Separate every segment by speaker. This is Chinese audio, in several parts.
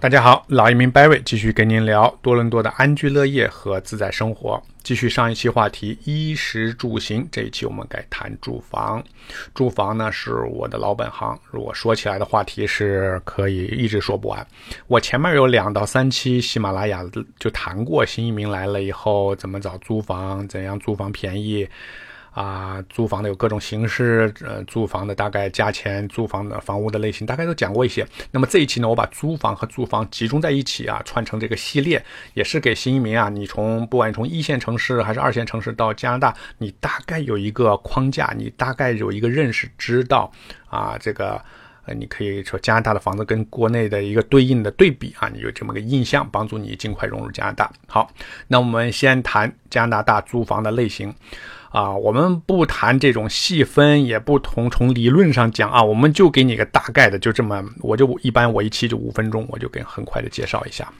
Speaker 1: 大家好，老移民 Barry 继续跟您聊多伦多的安居乐业和自在生活。继续上一期话题，衣食住行。这一期我们该谈住房。住房呢是我的老本行，如果说起来的话题是可以一直说不完。我前面有2到3期喜马拉雅就谈过新移民来了以后怎么找租房，怎样租房便宜租房的有各种形式，租房的大概价钱，租房的房屋的类型大概都讲过一些。那么这一期呢，我把租房和住房集中在一起串成这个系列，也是给新移民你不管你从1线城市还是2线城市到加拿大，你大概有一个框架，你大概有一个认识，知道你可以说加拿大的房子跟国内的一个对应的对比你有这么个印象，帮助你尽快融入加拿大。好，那我们先谈加拿大租房的类型。我们不谈这种细分，也不从理论上讲我们就给你个大概的，就这么，我一期就5分钟，我就给很快的介绍一下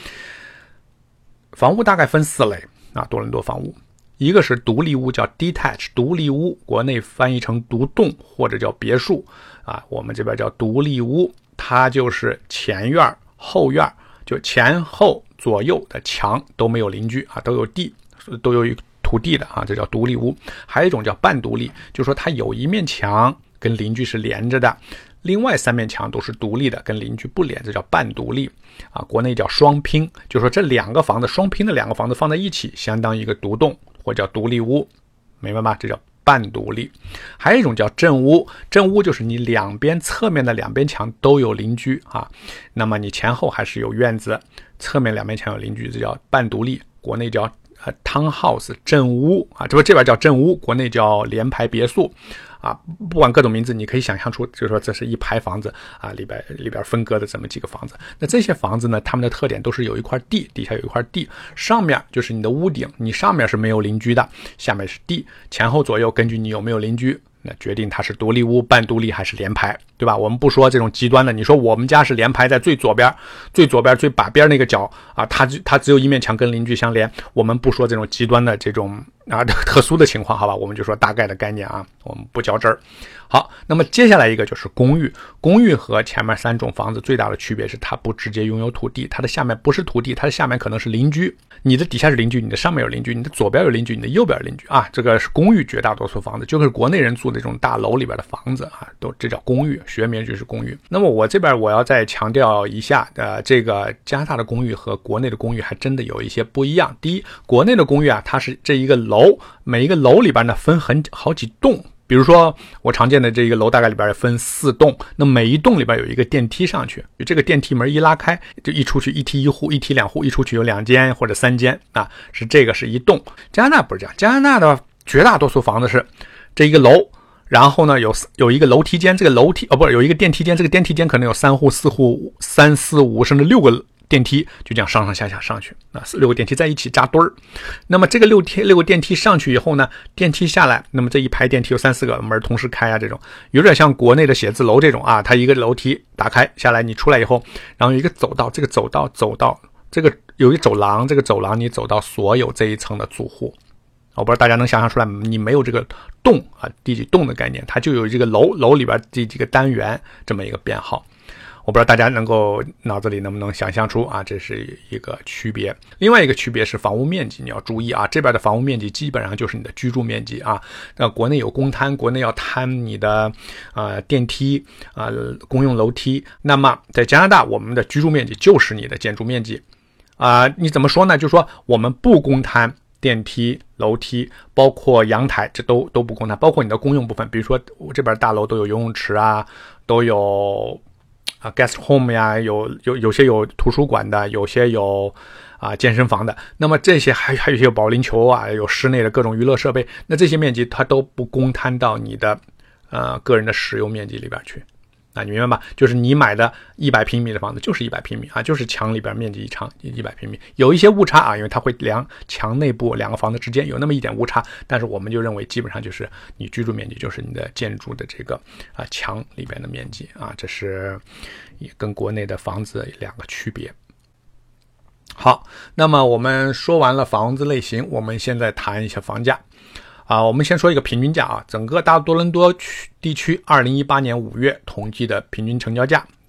Speaker 1: 房屋大概分4类多伦多房屋，一个是独立屋，叫 detached 独立屋，国内翻译成独栋或者叫别墅我们这边叫独立屋，它就是前院后院，就前后左右的墙都没有邻居都有地，都有土地的这叫独立屋。还有一种叫半独立，就是说它有一面墙跟邻居是连着的，另外3面墙都是独立的，跟邻居不连，这叫半独立国内叫双拼，就是说这双拼的两个房子放在一起相当于一个独栋或叫独立屋，明白吗？这叫半独立。还有一种叫正屋，正屋就是你侧面的两边墙都有邻居那么你前后还是有院子，侧面两边墙有邻居，这叫半独立，国内叫townhouse 正屋这边叫正屋，国内叫联排别墅不管各种名字，你可以想象出，就是说这是一排房子里边分割的这么几个房子。那这些房子呢，它们的特点都是有一块地，底下有一块地，上面就是你的屋顶，你上面是没有邻居的，下面是地，前后左右根据你有没有邻居，那决定它是独立屋、半独立还是联排，对吧？我们不说这种极端的，你说我们家是联排在最左边最把边那个角它只有一面墙跟邻居相连，我们不说这种极端的这种特殊的情况，好吧？我们就说大概的概念我们不较真儿。好，那么接下来一个就是公寓。公寓和前面3种房子最大的区别是它不直接拥有土地，它的下面不是土地，它的下面可能是邻居，你的底下是邻居，你的上面有邻居，你的左边有邻居，你的右边有邻居这个是公寓。绝大多数房子就是国内人住的这种大楼里边的房子这叫公寓，学名就是公寓。那么我这边我要再强调一下这个加拿大的公寓和国内的公寓还真的有一些不一样。第一，国内的公寓它是这一个楼，每一个楼里边呢分好几栋，比如说我常见的这个楼大概里边分4栋，那每一栋里边有一个电梯上去，这个电梯门一拉开，就一出去一梯1户，一梯2户，一出去有2间或者3间这个是一栋。加拿大不是这样，加拿大的绝大多数房子是这一个楼，然后呢有一个楼梯间，这个楼梯有一个电梯间，这个电梯间可能有3户4户3、4、5甚至6个电梯，就这样上下上去6个电梯在一起扎堆儿。那么这个6个电梯上去以后呢，电梯下来，那么这一排电梯有3、4个门同时开这种有点像国内的写字楼这种它一个楼梯打开下来，你出来以后，然后有一个走道，这个走道这个有一走廊，这个走廊你走到所有这一层的住户。我不知道大家能想象出来，你没有这个栋第几栋的概念，它就有这个楼里边第几个单元这么一个编号。我不知道大家脑子里能不能想象出这是一个区别。另外一个区别是房屋面积，你要注意这边的房屋面积基本上就是你的居住面积那国内有公摊，国内要摊你的电梯公用楼梯，那么在加拿大我们的居住面积就是你的建筑面积你怎么说呢？就是说我们不公摊电梯、楼梯，包括阳台，这都不公摊，包括你的公用部分，比如说我这边大楼都有游泳池都有guest home 有些有图书馆的，有些有健身房的，那么这些还有一些有保龄球有室内的各种娱乐设备，那这些面积它都不公摊到你的个人的使用面积里边去你明白吧？就是你买的100平米的房子就是100平米就是墙里边面积100平米，有一些误差因为它会量墙内部2个房子之间有那么一点误差，但是我们就认为基本上就是你居住面积就是你的建筑的这个墙里边的面积这是也跟国内的房子2个区别。好，那么我们说完了房子类型，我们现在谈一下房价我们先说一个平均价整个大多伦多地区2018年5月统计的平均成交价，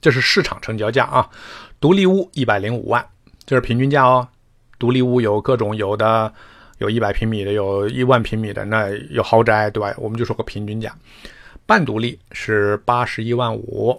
Speaker 1: 这是市场成交价啊。独立屋105万，这是平均价哦。独立屋有各种，有的有100平米的，有1万平米的，那有豪宅，对吧？我们就说个平均价。半独立是81万5，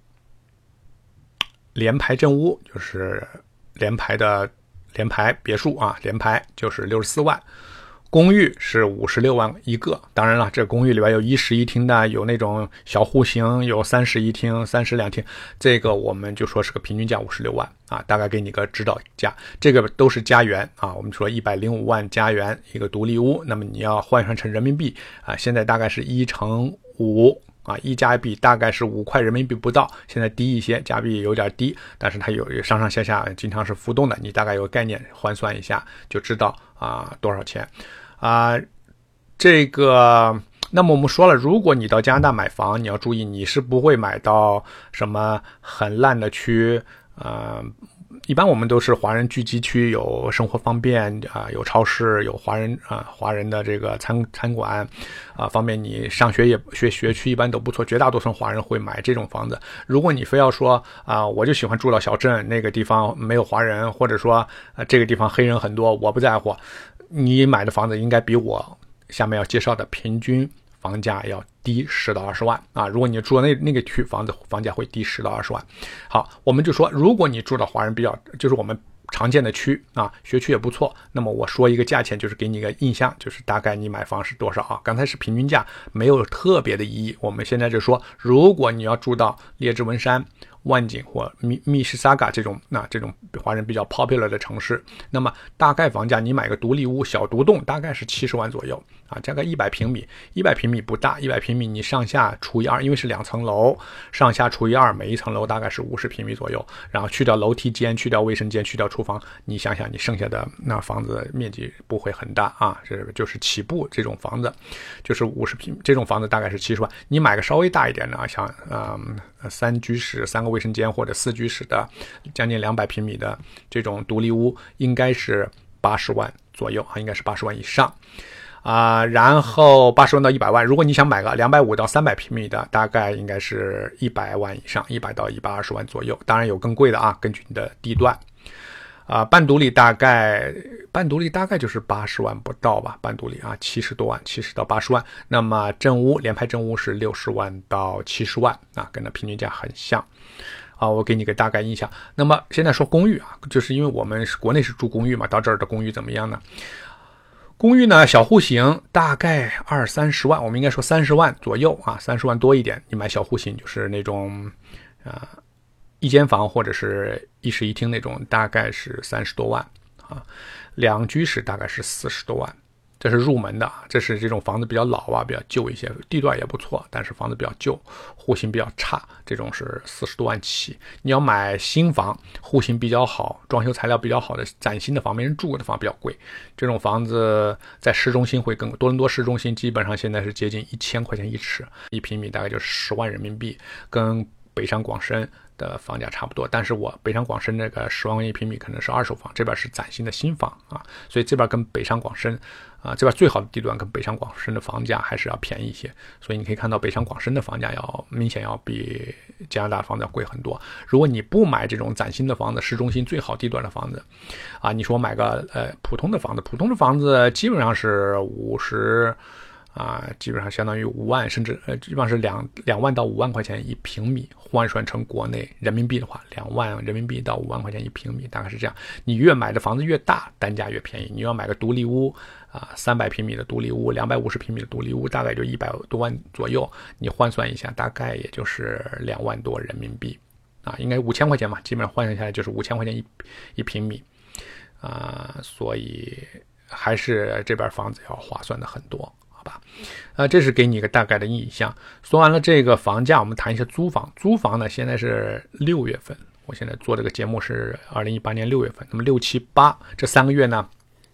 Speaker 1: 联排正屋就是联排别墅啊，联排就是64万。公寓是56万一个，当然了，这公寓里边有1室1厅的，有那种小户型，有3室1厅、3室2厅，这个我们就说是个平均价56万啊，大概给你个指导价。这个都是家园啊，我们说105万家园一个独立屋，那么你要换算成人民币啊，现在大概是1乘5啊，1加币大概是5块人民币不到，现在低一些，加币有点低，但是它有上上下下经常是浮动的，你大概有个概念，换算一下就知道啊多少钱。这个，那么我们说了，如果你到加拿大买房，你要注意，你是不会买到什么很烂的区，一般我们都是华人聚集区，有生活方便有超市，有华人的这个餐馆方便你上学，也学区一般都不错，绝大多数华人会买这种房子。如果你非要说我就喜欢住到小镇，那个地方没有华人，或者说这个地方黑人很多，我不在乎，你买的房子应该比我下面要介绍的平均房价要低10到20万啊！如果你住的那个区，房价会低10到20万。好，我们就说，如果你住的华人比较，就是我们常见的区啊，学区也不错，那么我说一个价钱，就是给你一个印象，就是大概你买房是多少啊？刚才是平均价，没有特别的意义。我们现在就说，如果你要住到列治文山、万景或密西萨嘎这种华人比较 popular 的城市，那么大概房价你买个独立屋小独栋大概是70万左右啊，大概100平米，100平米不大，100平米你上下除以2，因为是2层楼，上下除以2，每一层楼大概是50平米左右，然后去掉楼梯间，去掉卫生间，去掉厨房，你想想你剩下的那房子面积不会很大啊，就是起步这种房子就是50平，这种房子大概是70万，你买个稍微大一点的像3居室3个卫生间或者4居室的将近200平米的这种独立屋应该是80万左右啊，应该是80万以上然后80万到100万，如果你想买个250到300平米的，大概应该是100万以上，100到120万左右，当然有更贵的啊，根据你的地段半独立大概就是80万不到吧，半独立70多万，70到80万。那么正屋联排正屋是60万到70万跟那平均价很像我给你个大概印象。那么现在说公寓就是因为我们国内是住公寓嘛，到这儿的公寓怎么样呢？公寓呢，小户型大概20-30万，我们应该说30万左右30万多一点。你买小户型就是那种一间房或者是1室1厅那种，大概是30多万2居室大概是40多万，这是入门的，这是这种房子比较老比较旧一些，地段也不错，但是房子比较旧，户型比较差，这种是40多万起。你要买新房，户型比较好，装修材料比较好的崭新的房，没人住过的房比较贵，这种房子在市中心会更多伦多市中心基本上现在是接近1000块钱一尺，1平米大概就是10万人民币，跟北上广深的房价差不多，但是我北上广深那个10万块钱一平米可能是二手房，这边是崭新的新房所以这边跟北上广深这边最好的地段跟北上广深的房价还是要便宜一些，所以你可以看到北上广深的房价明显要比加拿大房子要贵很多。如果你不买这种崭新的房子，市中心最好地段的房子你说买个普通的房子基本上是50基本上相当于5万，甚至基本上是2万到5万块钱一平米，换算成国内人民币的话，2万人民币到5万块钱一平米，大概是这样。你越买的房子越大，单价越便宜。你要买个独立屋300平米的独立屋，250平米的独立屋，大概就100多万左右。你换算一下，大概也就是2万多人民币应该5000块钱嘛，基本上换算下来就是5000块钱一平米所以还是这边房子要划算的很多。这是给你一个大概的印象。说完了这个房价，我们谈一下租房。租房呢，现在是6月份，我现在做这个节目是2018年6月份。那么6、7、8这3个月呢，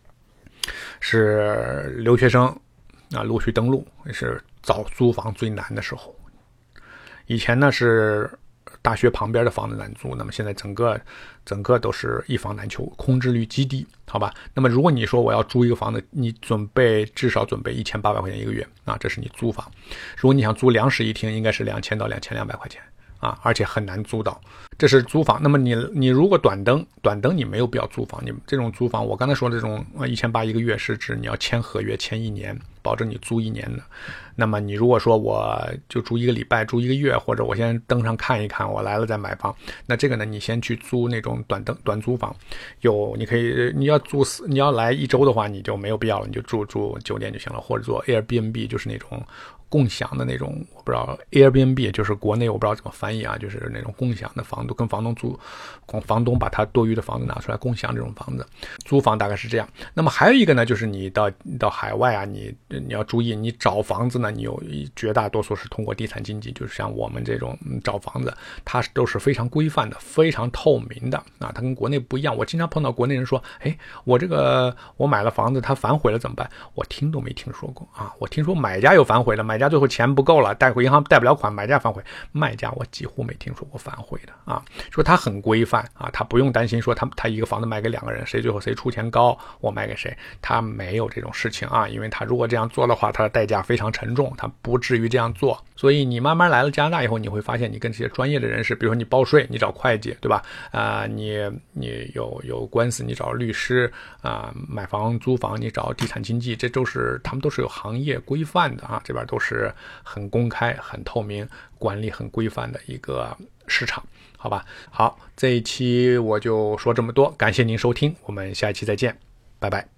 Speaker 1: 是留学生陆续登陆，也是找租房最难的时候。以前呢是大学旁边的房子难租，那么现在整个都是一房难求，空置率极低，好吧？那么如果你说我要租一个房子，你至少准备1800块钱一个月这是你租房。如果你想租2室1厅，应该是2000到2200块钱啊，而且很难租到。这是租房。那么你如果短灯你没有必要租房，你这种租房，我刚才说的这种1800一个月是指你要签合约签1年，保证你租1年的。那么你如果说我就租1个礼拜，租1个月，或者我先登上看一看，我来了再买房，那这个呢，你先去租那种短租房，你要来1周的话，你就没有必要了，你就住酒店就行了，或者做 Airbnb， 就是那种共享的那种，我不知道 Airbnb 就是国内我不知道怎么翻译啊，就是那种共享的房子，跟房东把他多余的房子拿出来共享，这种房子租房大概是这样。那么还有一个呢，就是你到海外啊，你要注意，你找房子呢，你有绝大多数是通过地产经纪，就是像我们这种找房子，它都是非常规范的，非常透明的啊，它跟国内不一样。我经常碰到国内人说，我买了房子，它反悔了怎么办？我听都没听说过啊，我听说买家有反悔了，买家最后钱不够了，贷回银行贷不了款，买家反悔，卖家我几乎没听说过反悔的啊。说他很规范啊，他不用担心说他一个房子卖给2个人，最后谁出钱高，我卖给谁，他没有这种事情啊，因为他如果这样做的话，他的代价非常沉重，他不至于这样做。所以你慢慢来了加拿大以后，你会发现你跟这些专业的人士，比如说你报税，你找会计，对吧？你有官司，你找律师买房租房你找地产经纪，他们都是有行业规范的啊，这边都是很公开、很透明、管理很规范的一个市场，好吧？好，这一期我就说这么多，感谢您收听，我们下一期再见，拜拜。